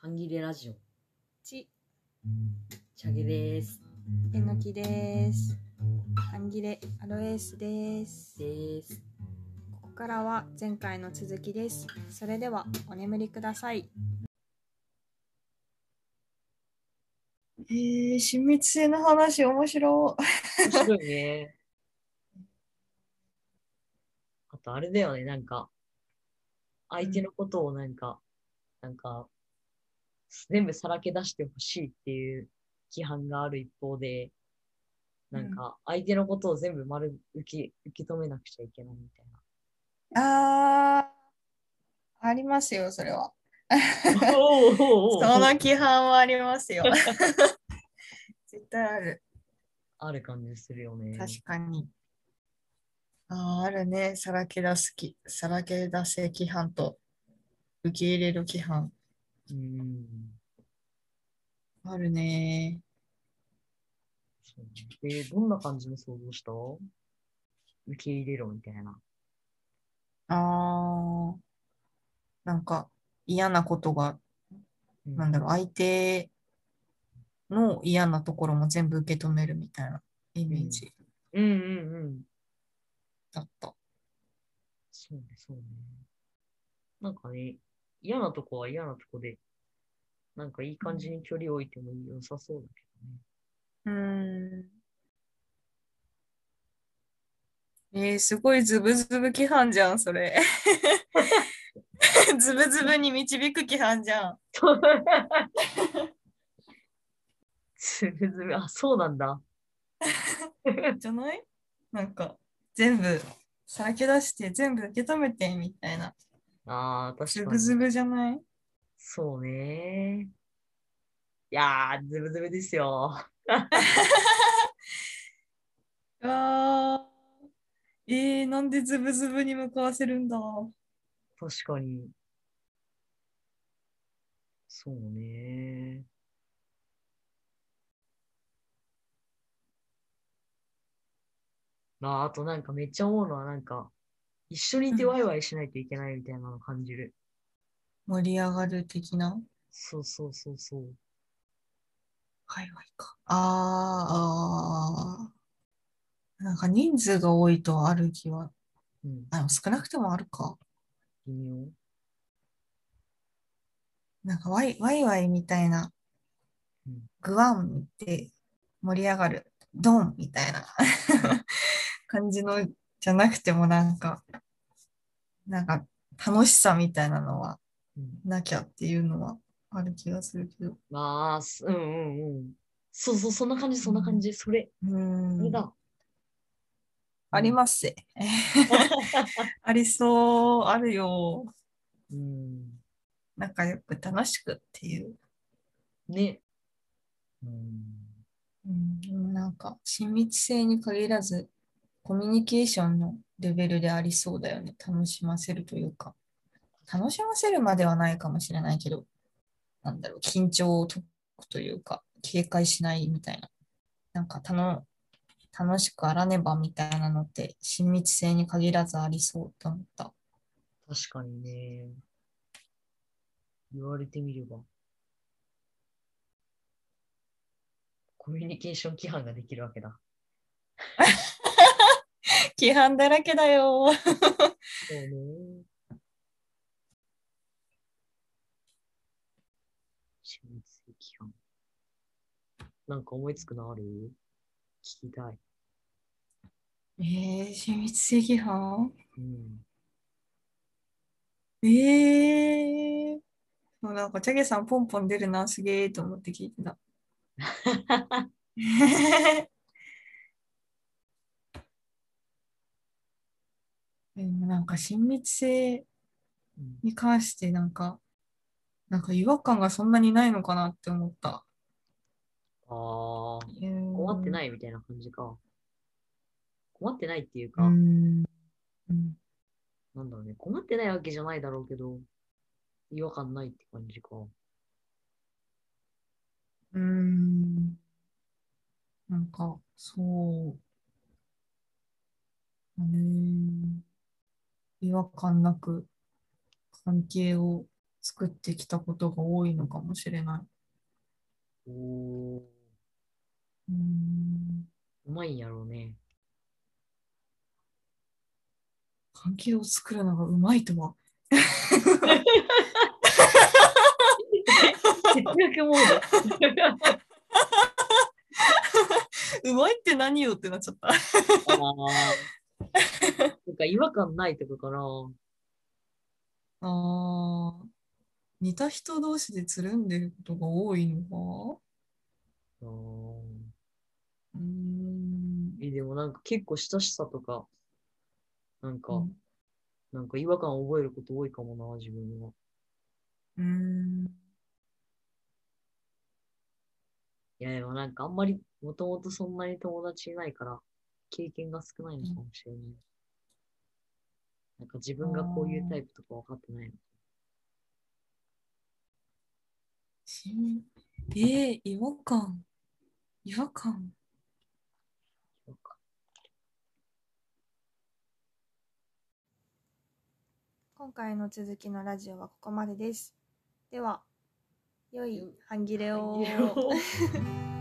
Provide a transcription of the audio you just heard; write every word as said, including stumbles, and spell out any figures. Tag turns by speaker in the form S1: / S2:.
S1: 半切れラジオ
S2: ち
S1: チャゲです。
S2: えのきです。半切れアロエースです。
S1: です。
S2: ここからは前回の続きです。それではお眠りください。えー、親密性の話面白い。
S1: 面白いね。あとあれだよね、なんか、相手のことをなんか、なんか、全部さらけ出してほしいっていう規範がある一方で、なんか、相手のことを全部丸受け、受け止めなくちゃいけないみたい
S2: あー、ありますよ、それは。
S1: な。おーおーおーおー
S2: その規範はありますよ。絶対ある。
S1: ある感じするよね。
S2: 確かに。あー、あるね。さらけ出すき、さらけ出せ規範と受け入れる規範。
S1: うーん。
S2: あるね。
S1: そうえーどんな感じの想像した受け入れろみたいな。
S2: あー、なんか嫌なことが、
S1: うん。
S2: なんだろう、相手の嫌なところも全部受け止めるみたいなイ
S1: うん。
S2: メージ
S1: うんうんうん。
S2: だった。
S1: そうね、そうね。なんかね、嫌なとこは嫌なとこで、なんかいい感じに距離を置いても良さそうだけ
S2: うーん。えー、すごいズブズブ規範じゃん、それ。ズブズブに導く規範じゃん。
S1: どね。つぶつぶ、あ、そうなんだ。
S2: じゃないなんか、全部さらけ出して全部受け止めてみたいな。
S1: ああ、確かに。
S2: ズブズブじゃない？
S1: そうね。いやー、ズブズブですよ。
S2: あー、えー、なんでズブズブに向かわせるんだ。
S1: 確かに。そうね。まあ、あとなんかめっちゃ思うのはなんか、一緒にいてワイワイしないといけないみたいなのを感じる。
S2: 盛り上がる的な。
S1: そうそうそうそう。
S2: 界隈か。あーあー、なんか人数が多いとある気は、
S1: うん。
S2: あ、でも少なくてもあるか。
S1: 微妙。
S2: なんかワイワイワイみたいな、
S1: うん。
S2: グワンって盛り上がる、ドンみたいな
S1: うん。
S2: 感じのじゃなくてもなんか、なんか楽しさみたいなのは
S1: うん。
S2: なきゃっていうのはある気がするけど。
S1: まあ、すうんうんうん。そうそう、そんな感じ、
S2: うん。
S1: そんな感じ。それ、
S2: うーん、
S1: それだ。う
S2: あり
S1: ん。
S2: ますせ。ありそう、あるよ。
S1: うん。
S2: 仲良く楽しくっていう。
S1: ね。うん。
S2: うん、なんか親密性に限らずコミュニケーションのレベルでありそうだよね。楽しませるというか。楽しませるまではないかもしれないけど、なんだろう、緊張を解くというか、警戒しないみたいな。なんかたの楽しくあらねばみたいなのって親密性に限らずありそうと思った。
S1: 確かにね。言われてみれば、コミュニケーション規範ができるわけだ。
S2: 規範だらけだよ。
S1: そうね。親密性規範。なんか思いつくのある聞きたい。
S2: えー、親密性規範。
S1: うん。
S2: えー、もうなんかチャゲさんポンポン出るな、すげーと思って聞いてた。でもなんか親密性
S1: うん、
S2: に関してなんか、なんか違和感がそんなにないのかなって思った。
S1: ああ、
S2: うー
S1: 困ってな
S2: ん、
S1: いみたいな感じか。困ってないっていう
S2: うー
S1: か、
S2: ん、うん、
S1: なんだろうね。困ってないわけじゃないだろうけど、違和感ないって感じか。
S2: うーん、なんか、そう、ね、違和感なく関係を作ってきたことが多いのかもしれない。
S1: おー、
S2: うーん。
S1: うまいんやろうね。
S2: 関係を作るのがうまいとは。
S1: 節約モード。
S2: うまいって何よってなっちゃった。
S1: ああ、なんか違和感ないとかかな。
S2: ああ、似た人同士でつるんでることが多いのか。
S1: あー
S2: うーん。
S1: え、でもなんか結構親しさとか、なんか、
S2: うん。
S1: なんか違和感を覚えること多いかもな、自分は。
S2: うーん。
S1: いや、でもなんかあんまり、もともとそんなに友達いないから、経験が少ないのかもしれない。なんか自
S2: あ
S1: 分がこういうタイ
S2: ー
S1: プとか分かってないの。
S2: しえー、違和感。違和感。
S1: そうか。
S2: 今回の続きのラジオはここまでです。では、良い半切れを。
S1: 半切れを